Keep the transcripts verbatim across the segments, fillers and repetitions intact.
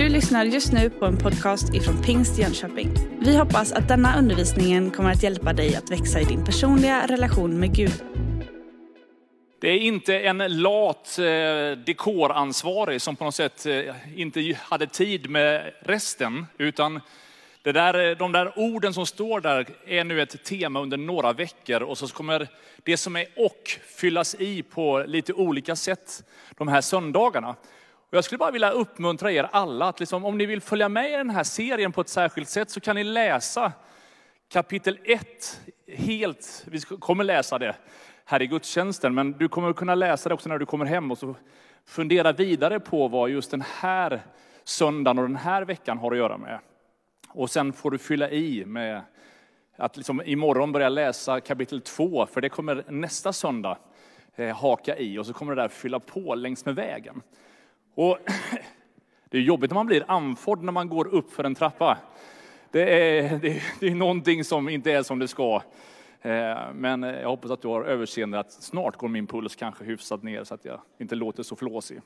Du lyssnar just nu på en podcast ifrån Pingst Jönköping. Vi hoppas att denna undervisning kommer att hjälpa dig att växa i din personliga relation med Gud. Det är inte en lat eh, dekoransvarig som på något sätt eh, inte hade tid med resten, utan det där, de där orden som står där är nu ett tema under några veckor, och så kommer det som är och fyllas i på lite olika sätt de här söndagarna. Och jag skulle bara vilja uppmuntra er alla att liksom, om ni vill följa med i den här serien på ett särskilt sätt, så kan ni läsa kapitel ett helt. Vi kommer läsa det här i gudstjänsten, men du kommer kunna läsa det också när du kommer hem och så fundera vidare på vad just den här söndagen och den här veckan har att göra med. Och sen får du fylla i med att liksom imorgon börja läsa kapitel två, för det kommer nästa söndag eh, haka i, och så kommer det där fylla på längs med vägen. Och det är jobbigt när man blir andfådd när man går upp för en trappa. Det är, det är, det är någonting som inte är som det ska. Men jag hoppas att du har överseende att snart går min puls kanske hyfsat ner så att jag inte låter så flåsig.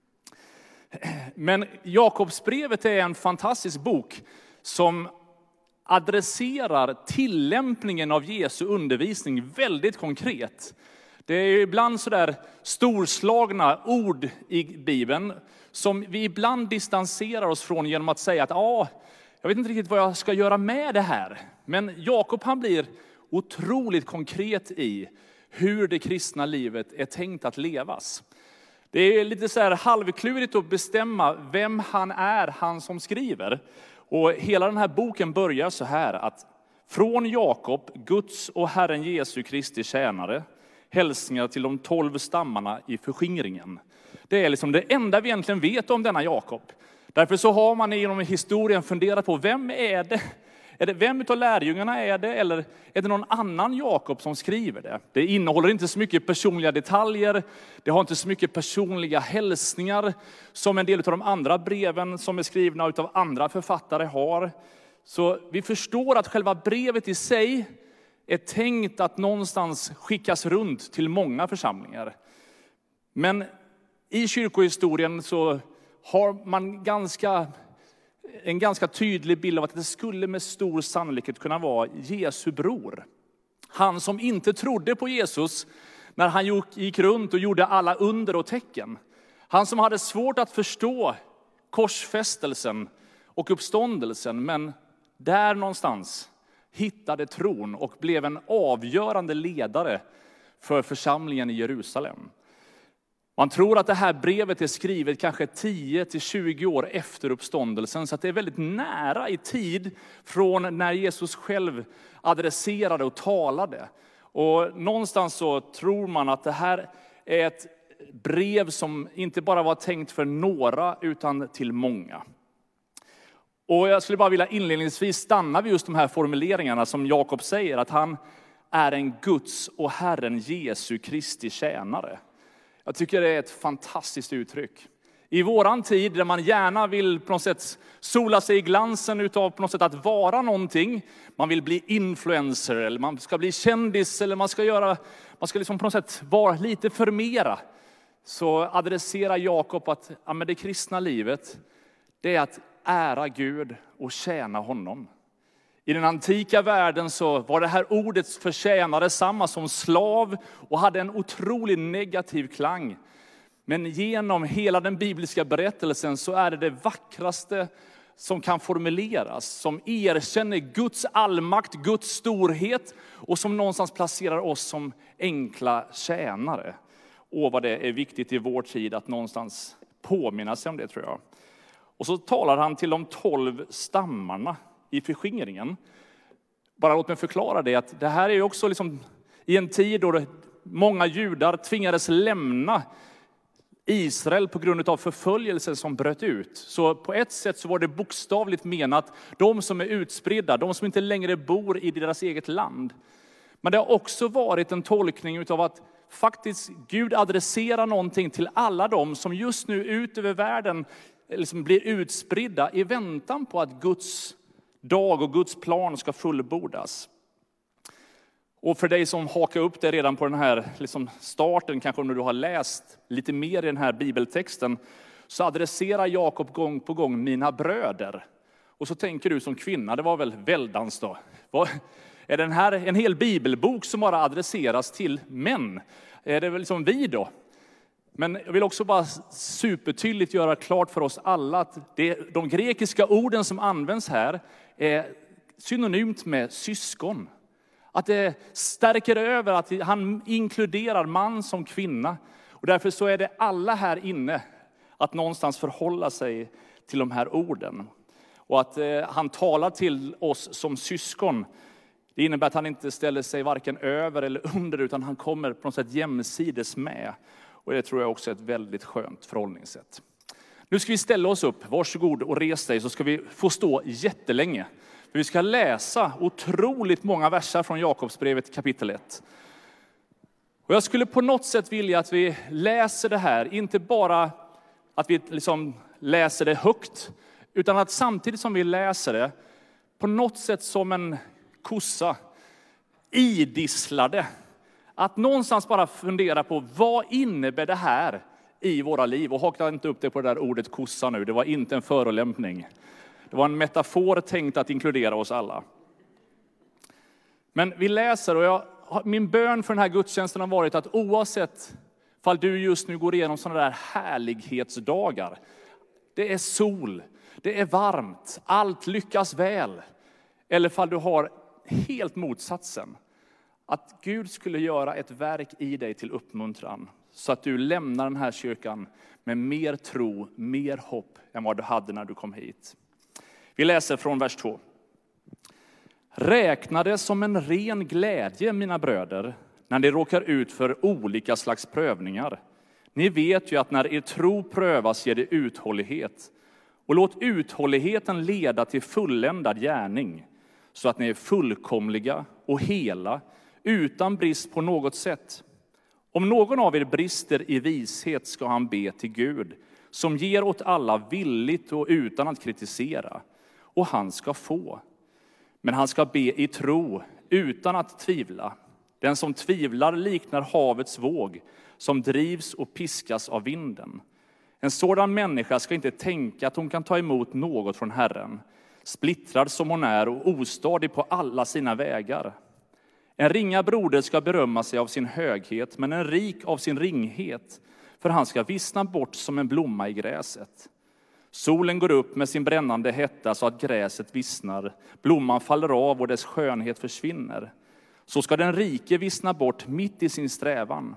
Men Jakobsbrevet är en fantastisk bok som adresserar tillämpningen av Jesu undervisning väldigt konkret. Det är ibland så där storslagna ord i Bibeln som vi ibland distanserar oss från genom att säga att ja, jag vet inte riktigt vad jag ska göra med det här. Men Jakob, han blir otroligt konkret i hur det kristna livet är tänkt att levas. Det är lite så här halvklurigt att bestämma vem han är, han som skriver. Och hela den här boken börjar så här att från Jakob, Guds och Herren Jesu Kristi tjänare, hälsningar till de tolv stammarna i förskingringen. Det är liksom det enda vi egentligen vet om denna Jakob. Därför så har man genom historien funderat på vem är det? Är det vem av lärjungarna är det, eller är det någon annan Jakob som skriver det? Det innehåller inte så mycket personliga detaljer. Det har inte så mycket personliga hälsningar som en del av de andra breven som är skrivna av andra författare har. Så vi förstår att själva brevet i sig är tänkt att någonstans skickas runt till många församlingar. Men i kyrkohistorien så har man ganska... en ganska tydlig bild av att det skulle med stor sannolikhet kunna vara Jesu bror. Han som inte trodde på Jesus när han gick runt och gjorde alla under och tecken. Han som hade svårt att förstå korsfästelsen och uppståndelsen, men där någonstans hittade tron och blev en avgörande ledare för församlingen i Jerusalem. Man tror att det här brevet är skrivet kanske tio till tjugo år efter uppståndelsen. Så att det är väldigt nära i tid från när Jesus själv adresserade och talade. Och någonstans så tror man att det här är ett brev som inte bara var tänkt för några utan till många. Och jag skulle bara vilja inledningsvis stanna vid just de här formuleringarna som Jakob säger. Att han är en Guds och Herren Jesu Kristi tjänare. Jag tycker det är ett fantastiskt uttryck. I våran tid där man gärna vill på något sätt sola sig i glansen utav på något sätt att vara någonting. Man vill bli influencer eller man ska bli kändis eller man ska göra, man ska liksom på något sätt vara lite för mera. Så adresserar Jakob att ja, men det kristna livet, det är att ära Gud och tjäna honom. I den antika världen så var det här ordet för tjänare samma som slav och hade en otroligt negativ klang. Men genom hela den bibliska berättelsen så är det det vackraste som kan formuleras. Som erkänner Guds allmakt, Guds storhet och som någonstans placerar oss som enkla tjänare. Och vad det är viktigt i vår tid att någonstans påminna sig om det, tror jag. Och så talar han till de tolv stammarna i förskingringen. Bara låt mig förklara det, att det här är ju också liksom i en tid då många judar tvingades lämna Israel på grund av förföljelsen som bröt ut. Så på ett sätt så var det bokstavligt menat de som är utspridda, de som inte längre bor i deras eget land. Men det har också varit en tolkning av att faktiskt Gud adresserar någonting till alla de som just nu ut över världen liksom blir utspridda i väntan på att Guds dag och Guds plan ska fullbordas. Och för dig som hakar upp det redan på den här liksom starten, kanske när du har läst lite mer i den här bibeltexten, så adresserar Jakob gång på gång mina bröder. Och så tänker du som kvinna, det var väl väldans då. Vad, är den här en hel bibelbok som bara adresseras till män? Är det väl som vi då? Men jag vill också bara supertydligt göra klart för oss alla att det, de grekiska orden som används här är synonymt med syskon. Att det stärker över att han inkluderar man som kvinna. Och därför så är det alla här inne att någonstans förhålla sig till de här orden. Och att eh, han talar till oss som syskon. Det innebär att han inte ställer sig varken över eller under, utan han kommer på något sätt jämsides med. Och det tror jag också är ett väldigt skönt förhållningssätt. Nu ska vi ställa oss upp, varsågod och res dig, så ska vi få stå jättelänge. För vi ska läsa otroligt många verser från Jakobsbrevet kapitel ett. Och jag skulle på något sätt vilja att vi läser det här, inte bara att vi liksom läser det högt, utan att samtidigt som vi läser det, på något sätt som en kossa, idisslade. Att någonstans bara fundera på vad innebär det här i våra liv. Och haka inte upp det på det där ordet kossa nu, det var inte en förolämpning. Det var en metafor tänkt att inkludera oss alla. Men vi läser, och jag, min bön för den här gudstjänsten har varit att oavsett fall du just nu går igenom sådana där härlighetsdagar. Det är sol, det är varmt, allt lyckas väl. Eller fall du har helt motsatsen. Att Gud skulle göra ett verk i dig till uppmuntran. Så att du lämnar den här kyrkan med mer tro, mer hopp än vad du hade när du kom hit. Vi läser från vers två. Räkna det som en ren glädje, mina bröder, när ni råkar ut för olika slags prövningar. Ni vet ju att när er tro prövas ger det uthållighet. Och låt uthålligheten leda till fulländad gärning, så att ni är fullkomliga och hela, utan brist på något sätt. Om någon av er brister i vishet ska han be till Gud, som ger åt alla villigt och utan att kritisera, och han ska få. Men han ska be i tro, utan att tvivla. Den som tvivlar liknar havets våg, som drivs och piskas av vinden. En sådan människa ska inte tänka att hon kan ta emot något från Herren, splittrad som hon är och ostadig på alla sina vägar. En ringa broder ska berömma sig av sin höghet, men en rik av sin ringhet, för han ska vissna bort som en blomma i gräset. Solen går upp med sin brännande hetta så att gräset vissnar, blomman faller av och dess skönhet försvinner. Så ska den rike vissna bort mitt i sin strävan.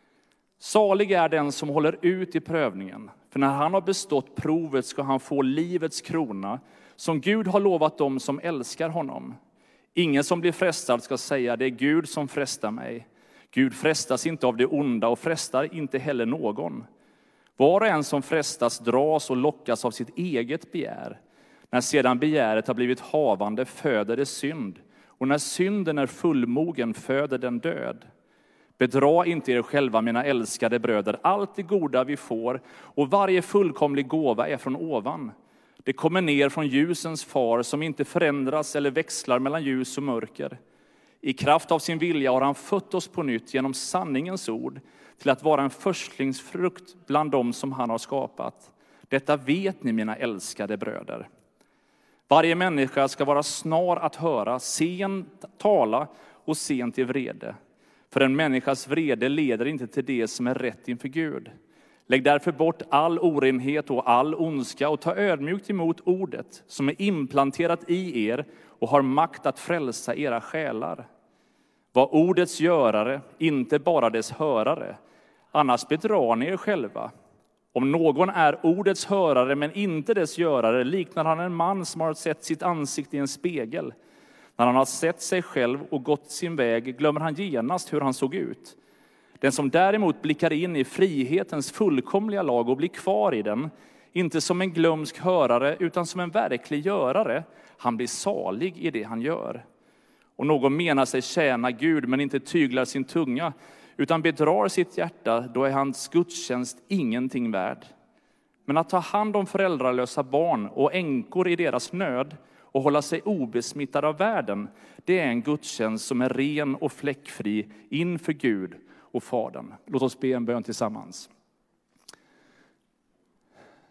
Salig är den som håller ut i prövningen, för när han har bestått provet ska han få livets krona, som Gud har lovat dem som älskar honom. Ingen som blir frestad ska säga, det är Gud som frestar mig. Gud frestas inte av det onda och frestar inte heller någon. Var och en som frestas dras och lockas av sitt eget begär. När sedan begäret har blivit havande föder det synd, och när synden är fullmogen föder den död. Bedra inte er själva, mina älskade bröder, allt det goda vi får, och varje fullkomlig gåva är från ovan. Det kommer ner från ljusens far, som inte förändras eller växlar mellan ljus och mörker. I kraft av sin vilja har han fött oss på nytt genom sanningens ord, till att vara en förstlingsfrukt bland dem som han har skapat. Detta vet ni, mina älskade bröder. Varje människa ska vara snar att höra, sen tala och sen till vrede. För en människas vrede leder inte till det som är rätt inför Gud. Lägg därför bort all orenhet och all ondska och ta ödmjukt emot ordet som är implanterat i er och har makt att frälsa era själar. Var ordets görare, inte bara dess hörare, annars bedrar ni er själva. Om någon är ordets hörare men inte dess görare liknar han en man som har sett sitt ansikte i en spegel. När han har sett sig själv och gått sin väg glömmer han genast hur han såg ut. Den som däremot blickar in i frihetens fullkomliga lag och blir kvar i den, inte som en glömsk hörare utan som en verklig görare, han blir salig i det han gör. Och någon menar sig tjäna Gud men inte tyglar sin tunga, utan bedrar sitt hjärta, då är hans gudstjänst ingenting värd. Men att ta hand om föräldralösa barn och änkor i deras nöd och hålla sig obesmittad av världen, det är en gudstjänst som är ren och fläckfri inför Gud och Fadern. Låt oss be en bön tillsammans.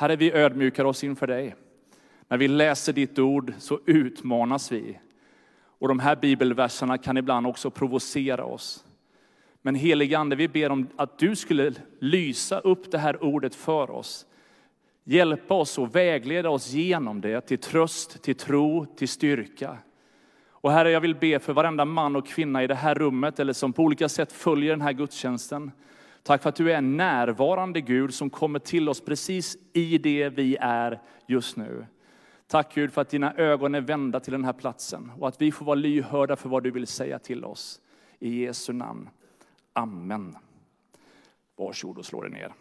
Herre, vi ödmjukar oss inför dig. När vi läser ditt ord så utmanas vi. Och de här bibelverserna kan ibland också provocera oss. Men helige Ande, vi ber om att du skulle lysa upp det här ordet för oss. Hjälpa oss och vägleda oss genom det till tröst, till tro, till styrka. Och Herre, jag vill be för varenda man och kvinna i det här rummet eller som på olika sätt följer den här gudstjänsten. Tack för att du är en närvarande Gud som kommer till oss precis i det vi är just nu. Tack Gud för att dina ögon är vända till den här platsen och att vi får vara lyhörda för vad du vill säga till oss. I Jesu namn. Amen. Varsågod och slå dig ner.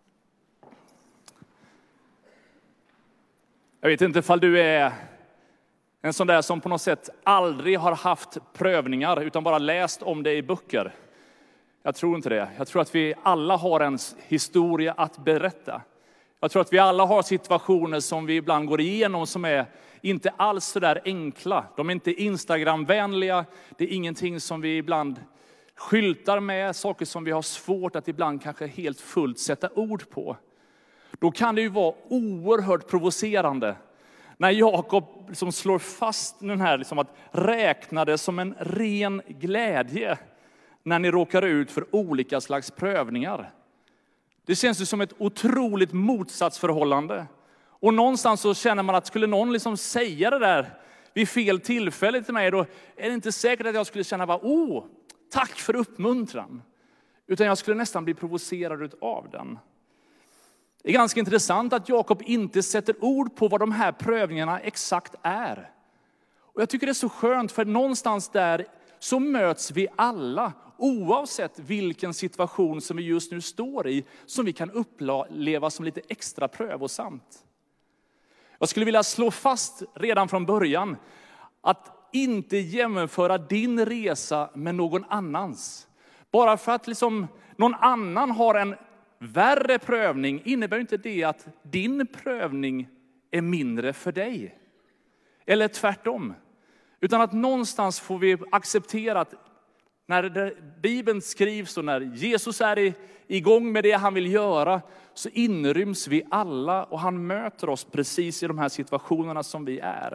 Jag vet inte ifall du är en sån där som på något sätt aldrig har haft prövningar utan bara läst om det i böcker. Jag tror inte det. Jag tror att vi alla har en historia att berätta. Jag tror att vi alla har situationer som vi ibland går igenom som är inte alls så där enkla. De är inte Instagramvänliga. Det är ingenting som vi ibland skyltar med. Saker som vi har svårt att ibland kanske helt fullt sätta ord på. Då kan det ju vara oerhört provocerande. När Jakob liksom slår fast den här liksom att räkna det som en ren glädje när ni råkar ut för olika slags prövningar. Det känns ju som ett otroligt motsatsförhållande. Och någonstans så känner man att skulle någon liksom säga det där vid fel tillfälle till mig, då är det inte säkert att jag skulle känna bara, åh, tack för uppmuntran. Utan jag skulle nästan bli provocerad av den. Det är ganska intressant att Jakob inte sätter ord på vad de här prövningarna exakt är. Och jag tycker det är så skönt, för någonstans där så möts vi alla, oavsett vilken situation som vi just nu står i, som vi kan uppleva som lite extra prövosamt. Jag skulle vilja slå fast redan från början att inte jämföra din resa med någon annans. Bara för att liksom någon annan har en värre prövning innebär inte det att din prövning är mindre för dig. Eller tvärtom. Utan att någonstans får vi acceptera att när Bibeln skrivs och när Jesus är igång med det han vill göra, så inryms vi alla och han möter oss precis i de här situationerna som vi är.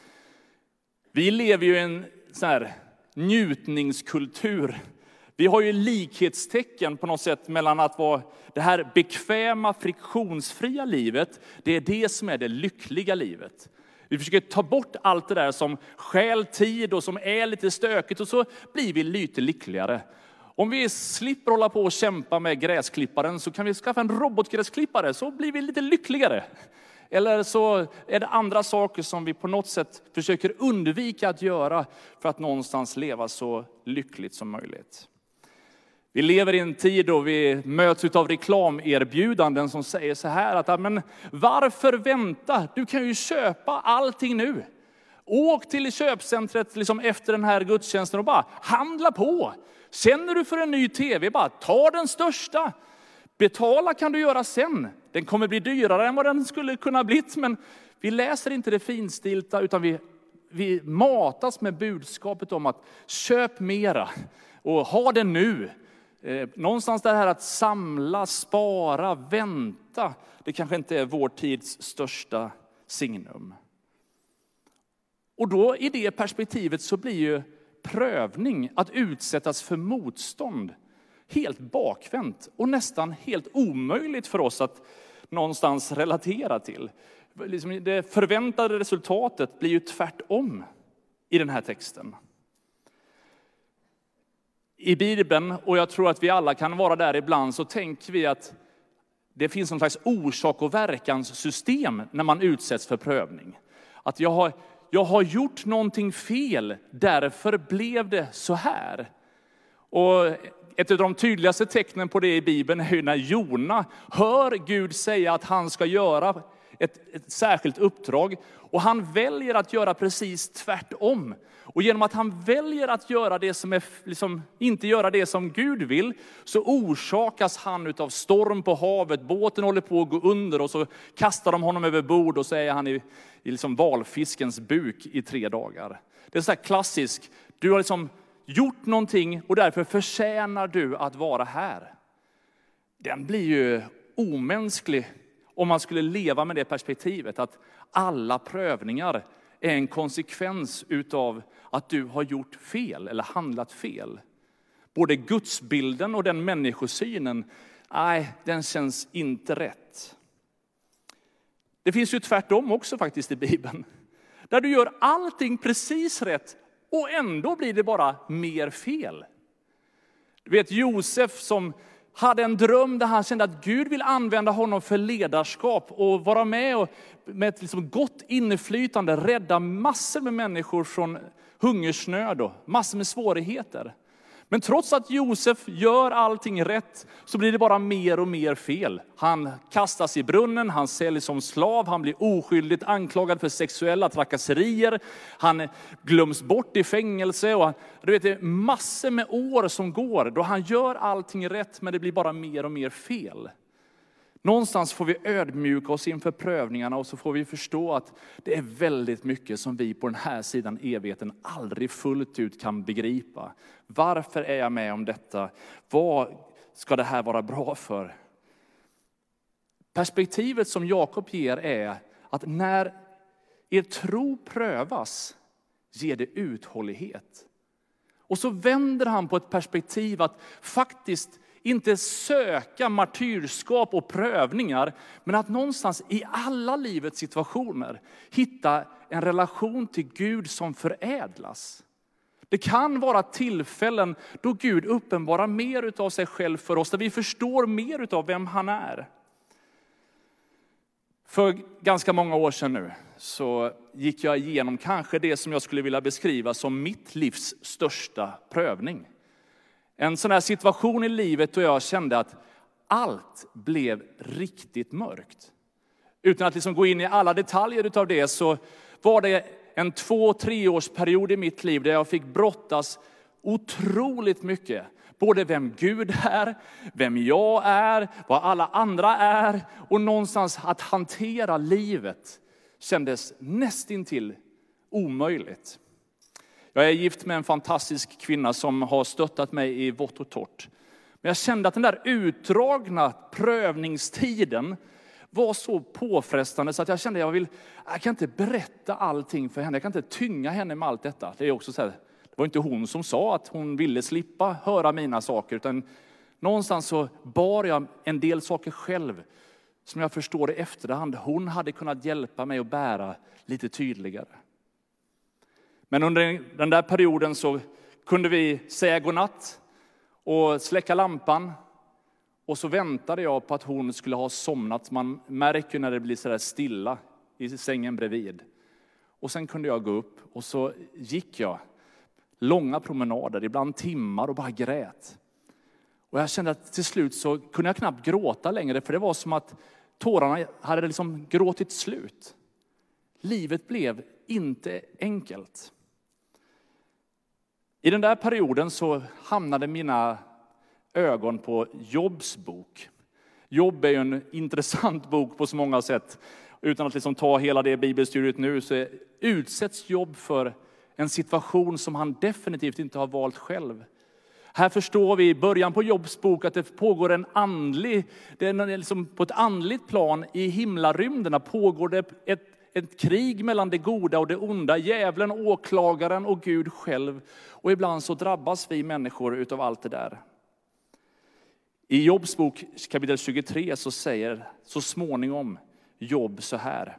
Vi lever ju i en sån här njutningskultur. Vi har ju likhetstecken på något sätt mellan att vara det här bekväma, friktionsfria livet. Det är det som är det lyckliga livet. Vi försöker ta bort allt det där som stjäl tid och som är lite stökigt, och så blir vi lite lyckligare. Om vi slipper hålla på och kämpa med gräsklipparen, så kan vi skaffa en robotgräsklippare, så blir vi lite lyckligare. Eller så är det andra saker som vi på något sätt försöker undvika att göra för att någonstans leva så lyckligt som möjligt. Vi lever i en tid då vi möts av reklamerbjudanden som säger så här att men varför vänta? Du kan ju köpa allting nu. Åk till köpcentret liksom efter den här gudstjänsten och bara handla på. Känner du för en ny tv, bara ta den största. Betala kan du göra sen. Den kommer bli dyrare än vad den skulle kunna blivit, men vi läser inte det finstilta, utan vi, vi matas med budskapet om att köp mera och ha det nu. Eh, någonstans det här att samla, spara, vänta, det kanske inte är vår tids största signum. Och då i det perspektivet så blir ju prövning, att utsättas för motstånd, helt bakvänt och nästan helt omöjligt för oss att någonstans relatera till. Det förväntade resultatet blir ju tvärtom i den här texten. I Bibeln, och jag tror att vi alla kan vara där ibland, så tänker vi att det finns någon slags orsak- och verkanssystem när man utsätts för prövning. Att jag har, jag har gjort någonting fel, därför blev det så här. Och ett av de tydligaste tecknen på det i Bibeln är ju när Jona hör Gud säga att han ska göra ett, ett särskilt uppdrag. Och han väljer att göra precis tvärtom. Och genom att han väljer att göra det som är, liksom, inte göra det som Gud vill, så orsakas han utav storm på havet. Båten håller på att gå under och så kastar de honom över bord och så är han i, i liksom valfiskens buk i tre dagar. Det är så här klassiskt. Du har liksom gjort någonting och därför förtjänar du att vara här. Den blir ju omänsklig om man skulle leva med det perspektivet att alla prövningar är en konsekvens utav att du har gjort fel eller handlat fel. Både gudsbilden och den människosynen, nej, den känns inte rätt. Det finns ju tvärtom också faktiskt i Bibeln. Där du gör allting precis rätt och ändå blir det bara mer fel. Du vet Josef som hade en dröm där han kände att Gud vill använda honom för ledarskap och vara med och med ett liksom gott inflytande rädda massor med människor från hungersnöd och massor med svårigheter. Men trots att Josef gör allting rätt så blir det bara mer och mer fel. Han kastas i brunnen, han säljs som slav, han blir oskyldigt anklagad för sexuella trakasserier. Han glöms bort i fängelse och du vet, det är massor med år som går då han gör allting rätt men det blir bara mer och mer fel. Någonstans får vi ödmjuka oss inför prövningarna och så får vi förstå att det är väldigt mycket som vi på den här sidan evigheten aldrig fullt ut kan begripa. Varför är jag med om detta? Vad ska det här vara bra för? Perspektivet som Jakob ger är att när er tro prövas ger det uthållighet. Och så vänder han på ett perspektiv att faktiskt inte söka martyrskap och prövningar, men att någonstans i alla livets situationer hitta en relation till Gud som förädlas. Det kan vara tillfällen då Gud uppenbarar mer utav sig själv för oss, där vi förstår mer utav vem han är. För ganska många år sedan nu så gick jag igenom kanske det som jag skulle vilja beskriva som mitt livs största prövning. En sån här situation i livet då jag kände att allt blev riktigt mörkt. Utan att liksom gå in i alla detaljer utav det så var det en två, tre års period i mitt liv där jag fick brottas otroligt mycket. Både vem Gud är, vem jag är, vad alla andra är. Och någonstans att hantera livet kändes nästintill omöjligt. Jag är gift med en fantastisk kvinna som har stöttat mig i vått och torrt. Men jag kände att den där utdragna prövningstiden var så påfrestande så att jag kände att jag vill, jag kan inte berätta allting för henne. Jag kan inte tynga henne med allt detta. Det är också så här, det var inte hon som sa att hon ville slippa höra mina saker. Utan någonstans så bar jag en del saker själv som jag förstår i efterhand. Hon hade kunnat hjälpa mig att bära lite tydligare. Men under den där perioden så kunde vi säga godnatt och släcka lampan. Och så väntade jag på att hon skulle ha somnat. Man märker när det blir så där stilla i sängen bredvid. Och sen kunde jag gå upp och så gick jag långa promenader, ibland timmar och bara grät. Och jag kände att till slut så kunde jag knappt gråta längre. För det var som att tårarna hade liksom gråtit slut. Livet blev inte enkelt. I den där perioden så hamnade mina ögon på Jobs bok. Jobb är ju en intressant bok på så många sätt. Utan att liksom ta hela det bibelstudiet nu så utsätts Job för en situation som han definitivt inte har valt själv. Här förstår vi i början på Jobs bok att det pågår en andlig, det är liksom på ett andligt plan i himlarymderna pågår det ett, ett krig mellan det goda och det onda, djävulen, åklagaren och Gud själv. Och ibland så drabbas vi människor utav allt det där. I Jobs bok kapitel tjugotre så säger så småningom Job så här.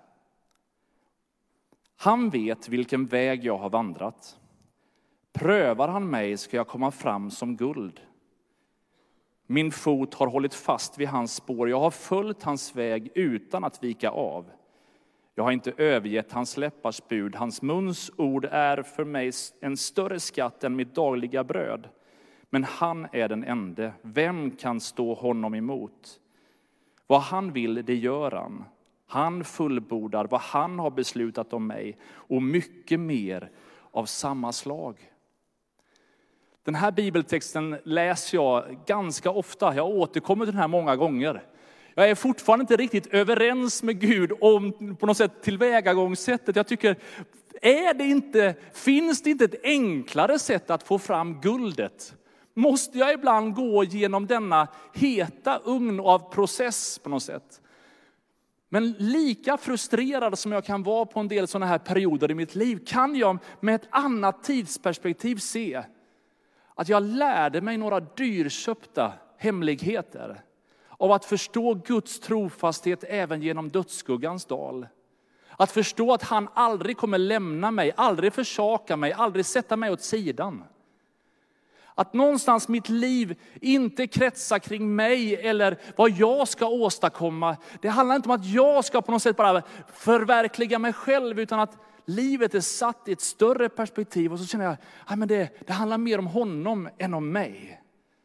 Han vet vilken väg jag har vandrat. Prövar han mig ska jag komma fram som guld. Min fot har hållit fast vid hans spår. Jag har följt hans väg utan att vika av. Jag har inte övergett hans läppars bud. Hans muns ord är för mig en större skatt än mitt dagliga bröd. Men han är den ende. Vem kan stå honom emot? Vad han vill, det gör han. Han fullbordar vad han har beslutat om mig. Och mycket mer av samma slag. Den här bibeltexten läser jag ganska ofta. Jag återkommer till den här många gånger. Jag är fortfarande inte riktigt överens med Gud om på något sätt tillvägagångssättet. Jag tycker, är det inte, finns det inte ett enklare sätt att få fram guldet? Måste jag ibland gå genom denna heta ugn av process på något sätt? Men lika frustrerad som jag kan vara på en del sådana här perioder i mitt liv, kan jag med ett annat tidsperspektiv se att jag lärde mig några dyrköpta hemligheter av att förstå Guds trofasthet även genom dödsskuggans dal. Att förstå att han aldrig kommer lämna mig, aldrig försaka mig, aldrig sätta mig åt sidan. Att någonstans mitt liv inte kretsar kring mig eller vad jag ska åstadkomma. Det handlar inte om att jag ska på något sätt bara förverkliga mig själv, utan att livet är satt i ett större perspektiv. Och så känner jag att det, det handlar mer om honom än om mig.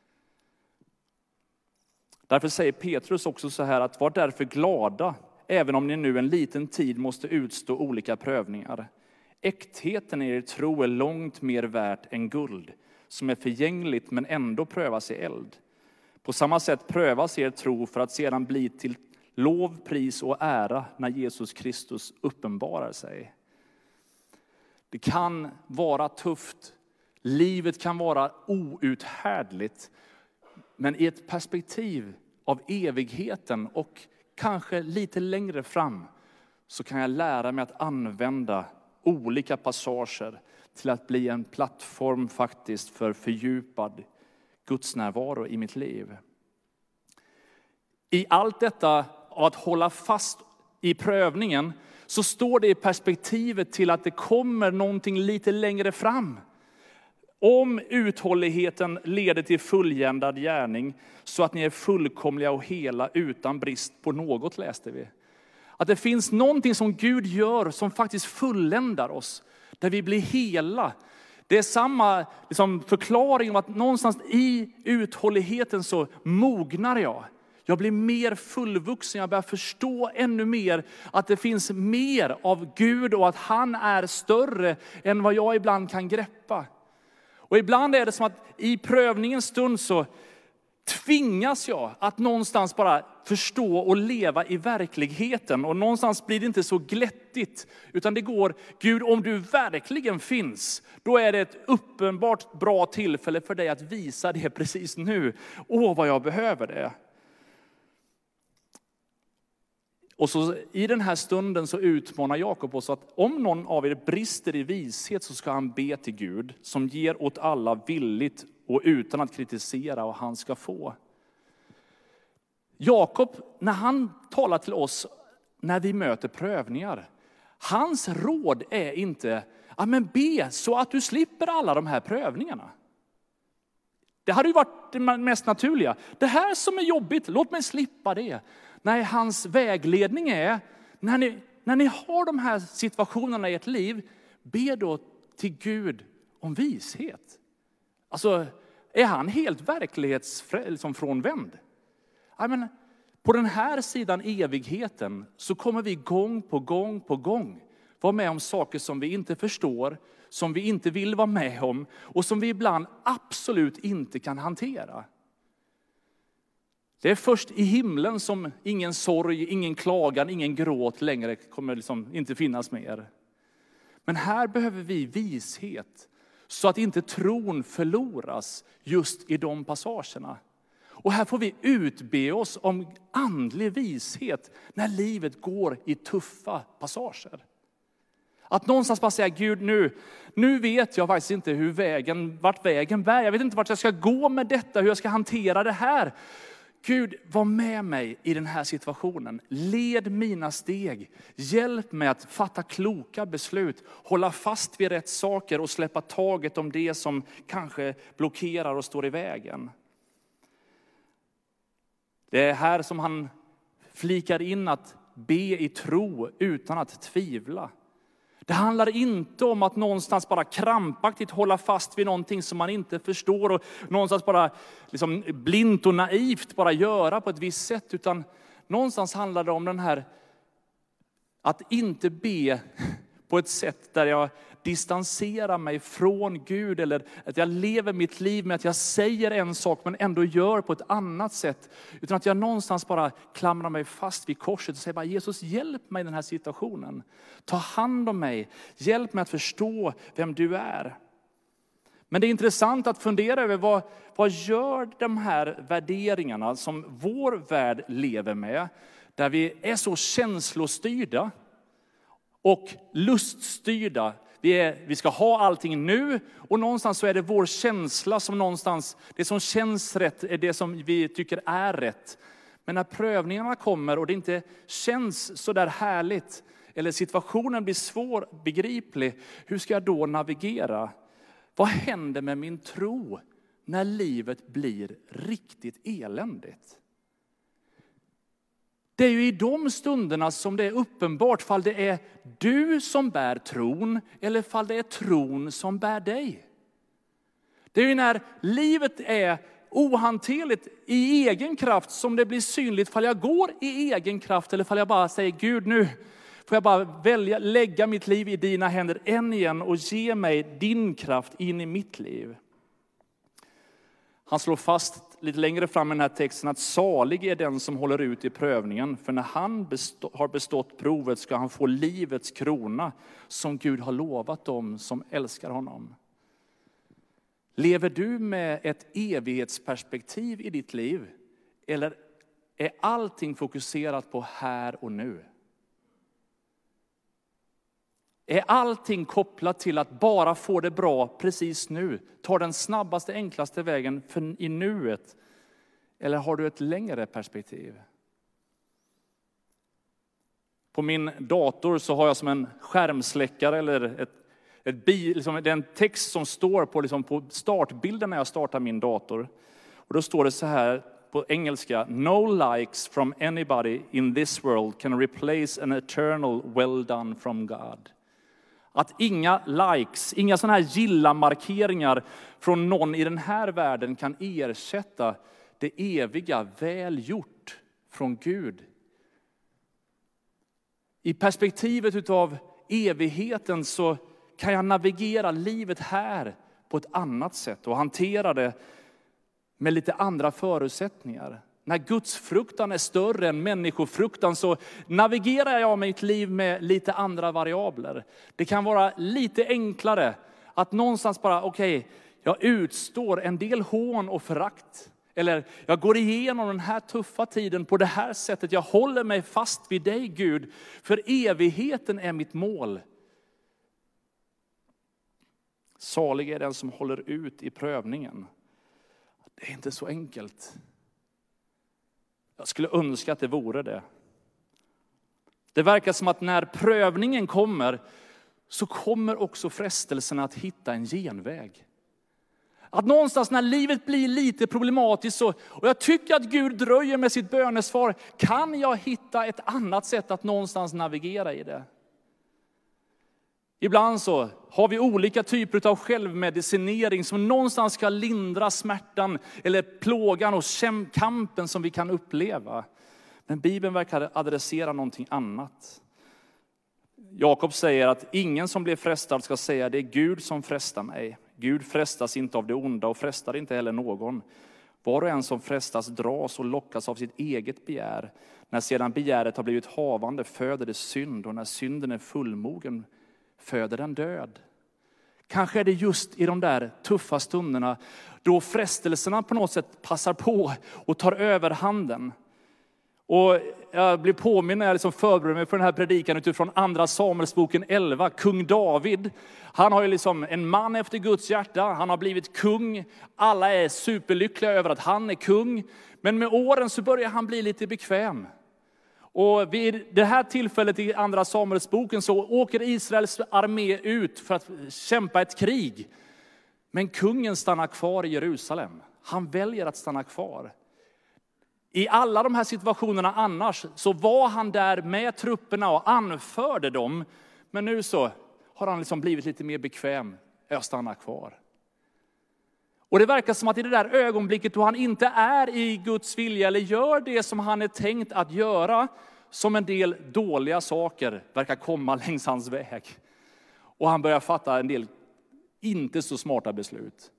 Därför säger Petrus också så här, att var därför glada, även om ni nu en liten tid måste utstå olika prövningar. Äktheten i er tro är långt mer värt än guld, som är förgängligt men ändå prövas i eld. På samma sätt prövas er tro för att sedan bli till lov, pris och ära när Jesus Kristus uppenbarar sig. Det kan vara tufft. Livet kan vara outhärdligt. Men i ett perspektiv av evigheten och kanske lite längre fram, så kan jag lära mig att använda olika passager till att bli en plattform faktiskt för fördjupad Guds närvaro i mitt liv. I allt detta av att hålla fast i prövningen, så står det i perspektivet till att det kommer någonting lite längre fram. Om uthålligheten leder till fulländad gärning, så att ni är fullkomliga och hela utan brist på något, läste vi. Att det finns någonting som Gud gör som faktiskt fulländar oss, där vi blir hela. Det är samma liksom, förklaring om att någonstans i uthålligheten så mognar jag. Jag blir mer fullvuxen, jag börjar förstå ännu mer att det finns mer av Gud och att han är större än vad jag ibland kan greppa. Och ibland är det som att i prövningens stund så tvingas jag att någonstans bara förstå och leva i verkligheten. Och någonstans blir det inte så glättigt, utan det går, Gud, om du verkligen finns, då är det ett uppenbart bra tillfälle för dig att visa det precis nu. Åh, vad jag behöver det. Och så i den här stunden så utmanar Jakob oss att om någon av er brister i vishet, så ska han be till Gud som ger åt alla villigt och utan att kritisera, och han ska få. Jakob, när han talar till oss när vi möter prövningar, hans råd är inte, ja men be så att du slipper alla de här prövningarna. Det hade ju varit det mest naturliga. Det här som är jobbigt, låt mig slippa det. Nej, hans vägledning är, när ni, när ni har de här situationerna i ert liv, be då till Gud om vishet. Alltså, är han helt verklighetsfrånvänd? Jag menar, på den här sidan evigheten så kommer vi gång på gång på gång vara med om saker som vi inte förstår, som vi inte vill vara med om och som vi ibland absolut inte kan hantera. Det är först i himlen som ingen sorg, ingen klagan, ingen gråt längre kommer liksom inte finnas mer. Men här behöver vi vishet så att inte tron förloras just i de passagerna. Och här får vi utbe oss om andlig vishet när livet går i tuffa passager. Att någonstans bara säga, Gud, nu, nu vet jag faktiskt inte hur vägen, vart vägen bär. Jag vet inte vart jag ska gå med detta, hur jag ska hantera det här. Gud, var med mig i den här situationen. Led mina steg. Hjälp mig att fatta kloka beslut. Hålla fast vid rätt saker och släppa taget om det som kanske blockerar och står i vägen. Det är här som han flikar in att be i tro utan att tvivla. Det handlar inte om att någonstans bara krampaktigt hålla fast vid någonting som man inte förstår och någonstans bara liksom blint och naivt bara göra på ett visst sätt, utan någonstans handlar det om den här att inte be på ett sätt där jag distanserar mig från Gud, eller att jag lever mitt liv med att jag säger en sak men ändå gör på ett annat sätt, utan att jag någonstans bara klamrar mig fast vid korset och säger bara, Jesus, hjälp mig i den här situationen. Ta hand om mig. Hjälp mig att förstå vem du är. Men det är intressant att fundera över vad, vad gör de här värderingarna som vår värld lever med, där vi är så känslostyrda och luststyrda. Vi, är, vi ska ha allting nu, och någonstans så är det vår känsla som någonstans, det som känns rätt är det som vi tycker är rätt. Men när prövningarna kommer och det inte känns så där härligt, eller situationen blir svår, begriplig, hur ska jag då navigera? Vad händer med min tro när livet blir riktigt eländigt? Det är ju i de stunderna som det är uppenbart fall det är du som bär tron eller fall det är tron som bär dig. Det är ju när livet är ohanterligt i egen kraft som det blir synligt fall jag går i egen kraft eller fall jag bara säger Gud, nu får jag bara välja, lägga mitt liv i dina händer än igen och ge mig din kraft in i mitt liv. Han slår fast lite längre fram i den här texten att salig är den som håller ut i prövningen. För när han bestå, har bestått provet ska han få livets krona som Gud har lovat dem som älskar honom. Lever du med ett evighetsperspektiv i ditt liv? Eller är allting fokuserat på här och nu? Är allting kopplat till att bara få det bra precis nu? Ta den snabbaste, enklaste vägen för i nuet? Eller har du ett längre perspektiv? På min dator så har jag som en skärmsläckare eller ett, ett bil, liksom, det är en text som står på, liksom, på startbilden när jag startar min dator. Och då står det så här på engelska: no likes from anybody in this world can replace an eternal well done from God. Att inga likes, inga sådana här gilla-markeringar från någon i den här världen kan ersätta det eviga väl gjort från Gud. I perspektivet av evigheten så kan jag navigera livet här på ett annat sätt och hantera det med lite andra förutsättningar. När Guds fruktan är större än människofruktan så navigerar jag mitt liv med lite andra variabler. Det kan vara lite enklare att någonstans bara, okej, okay, jag utstår en del hån och förakt. Eller jag går igenom den här tuffa tiden på det här sättet. Jag håller mig fast vid dig, Gud, för evigheten är mitt mål. Salig är den som håller ut i prövningen. Det är inte så enkelt. Jag skulle önska att det vore det. Det verkar som att när prövningen kommer så kommer också frestelsen att hitta en genväg. Att någonstans när livet blir lite problematiskt så, och jag tycker att Gud dröjer med sitt bönesvar, kan jag hitta ett annat sätt att någonstans navigera i det. Ibland så har vi olika typer av självmedicinering som någonstans ska lindra smärtan eller plågan och kampen som vi kan uppleva. Men Bibeln verkar adressera någonting annat. Jakob säger att ingen som blir frestad ska säga det är Gud som frestar mig. Gud frestas inte av det onda och frestar inte heller någon. Var och en som frestas dras och lockas av sitt eget begär. När sedan begäret har blivit havande föder det synd, och när synden är fullmogen föder den död. Kanske är det just i de där tuffa stunderna då frestelserna på något sätt passar på och tar över handen. Och jag blir påminn när jag liksom förbereder mig för den här predikan utifrån andra Samuelsboken elva. Kung David, han har ju liksom en man efter Guds hjärta. Han har blivit kung. Alla är superlyckliga över att han är kung. Men med åren så börjar han bli lite bekväm. Och vid det här tillfället i andra Samuelsboken så åker Israels armé ut för att kämpa ett krig. Men kungen stannar kvar i Jerusalem. Han väljer att stanna kvar. I alla de här situationerna annars så var han där med trupperna och anförde dem. Men nu så har han liksom blivit lite mer bekväm. Jag stannar kvar. Och det verkar som att i det där ögonblicket då han inte är i Guds vilja eller gör det som han är tänkt att göra, som en del dåliga saker verkar komma längs hans väg. Och han börjar fatta en del inte så smarta beslut.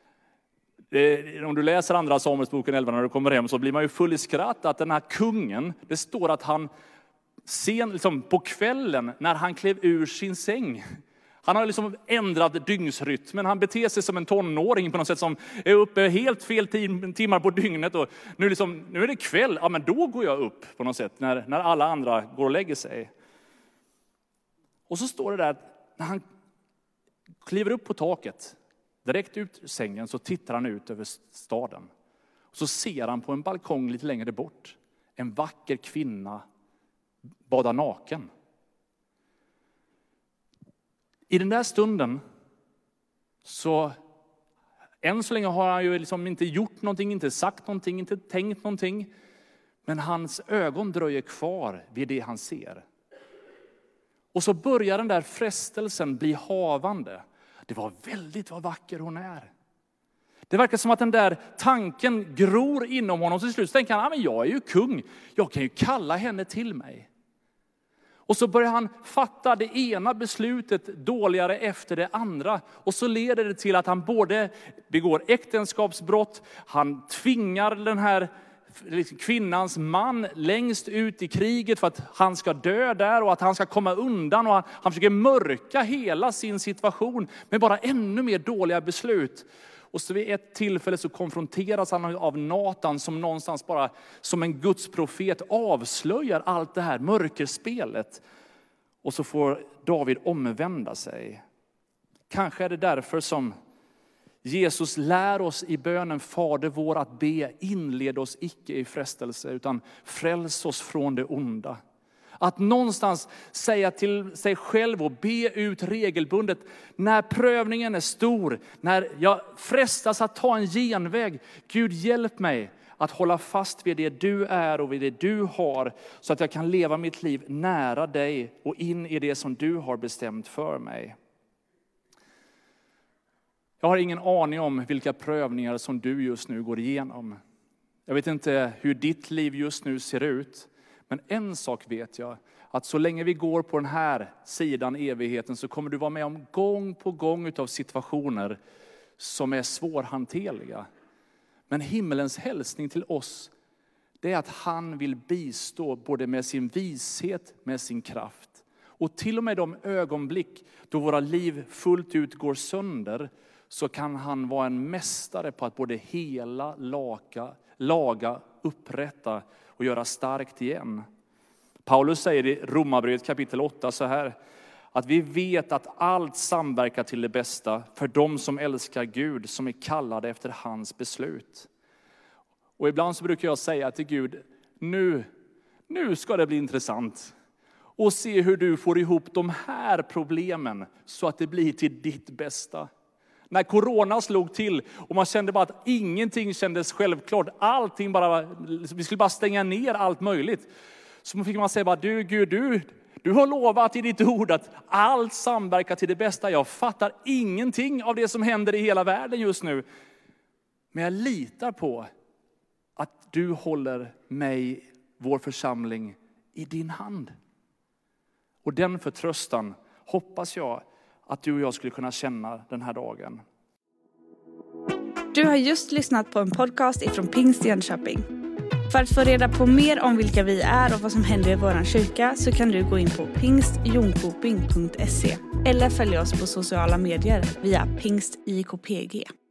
Om du läser andra Samuelsboken elva när du kommer hem så blir man ju full i skratt att den här kungen, det står att han sen liksom på kvällen när han klev ur sin säng, Han har liksom ändrat dygnsrytmen. Han beter sig som en tonåring på något sätt som är uppe helt fel tim- timmar på dygnet. Och nu, liksom, nu är det kväll, ja men då går jag upp på något sätt när, när alla andra går och lägger sig. Och så står det där att när han kliver upp på taket, direkt ut ur sängen, så tittar han ut över staden. Och så ser han på en balkong lite längre bort en vacker kvinna bada naken. I den där stunden så, än så länge har han ju liksom inte gjort någonting, inte sagt någonting, inte tänkt någonting. Men hans ögon dröjer kvar vid det han ser. Och så börjar den där frestelsen bli havande. Det var väldigt vad vacker hon är. Det verkar som att den där tanken gror inom honom. Så till slut tänker han, ah, men jag är ju kung. Jag kan ju kalla henne till mig. Och så börjar han fatta det ena beslutet dåligare efter det andra. Och så leder det till att han både begår äktenskapsbrott. Han tvingar den här kvinnans man längst ut i kriget för att han ska dö där och att han ska komma undan. Och han, han försöker mörka hela sin situation med bara ännu mer dåliga beslut. Och så vid ett tillfälle så konfronteras han av Natan som någonstans bara som en Guds profet avslöjar allt det här mörkerspelet. Och så får David omvända sig. Kanske är det därför som Jesus lär oss i bönen Fader vår att be, inled oss icke i frestelse utan fräls oss från det onda. Att någonstans säga till sig själv och be ut regelbundet när prövningen är stor, när jag frestas att ta en genväg. Gud, hjälp mig att hålla fast vid det du är och vid det du har så att jag kan leva mitt liv nära dig och in i det som du har bestämt för mig. Jag har ingen aning om vilka prövningar som du just nu går igenom. Jag vet inte hur ditt liv just nu ser ut. Men en sak vet jag, att så länge vi går på den här sidan evigheten så kommer du vara med om gång på gång utav situationer som är svårhanterliga. Men himmelens hälsning till oss, det är att han vill bistå både med sin vishet, med sin kraft. Och till och med de ögonblick då våra liv fullt ut går sönder så kan han vara en mästare på att både hela, laga, laga, upprätta och göra starkt igen. Paulus säger i Romarbrevet kapitel åtta så här, att vi vet att allt samverkar till det bästa för de som älskar Gud, som är kallade efter hans beslut. Och ibland så brukar jag säga till Gud, nu, nu ska det bli intressant. Och se hur du får ihop de här problemen så att det blir till ditt bästa. När corona slog till och man kände bara att ingenting kändes självklart. Allting bara, vi skulle bara stänga ner allt möjligt. Så fick man säga bara, du Gud, du, du har lovat i ditt ord att allt samverkar till det bästa. Jag fattar ingenting av det som händer i hela världen just nu. Men jag litar på att du håller mig, vår församling, i din hand. Och den förtröstan hoppas jag att du och jag skulle kunna känna den här dagen. Du har just lyssnat på en podcast ifrån Pingst Jönköping. För att få reda på mer om vilka vi är och vad som händer i våran kyrka så kan du gå in på pingst jonkoping punkt se eller följa oss på sociala medier via pingst I K P G.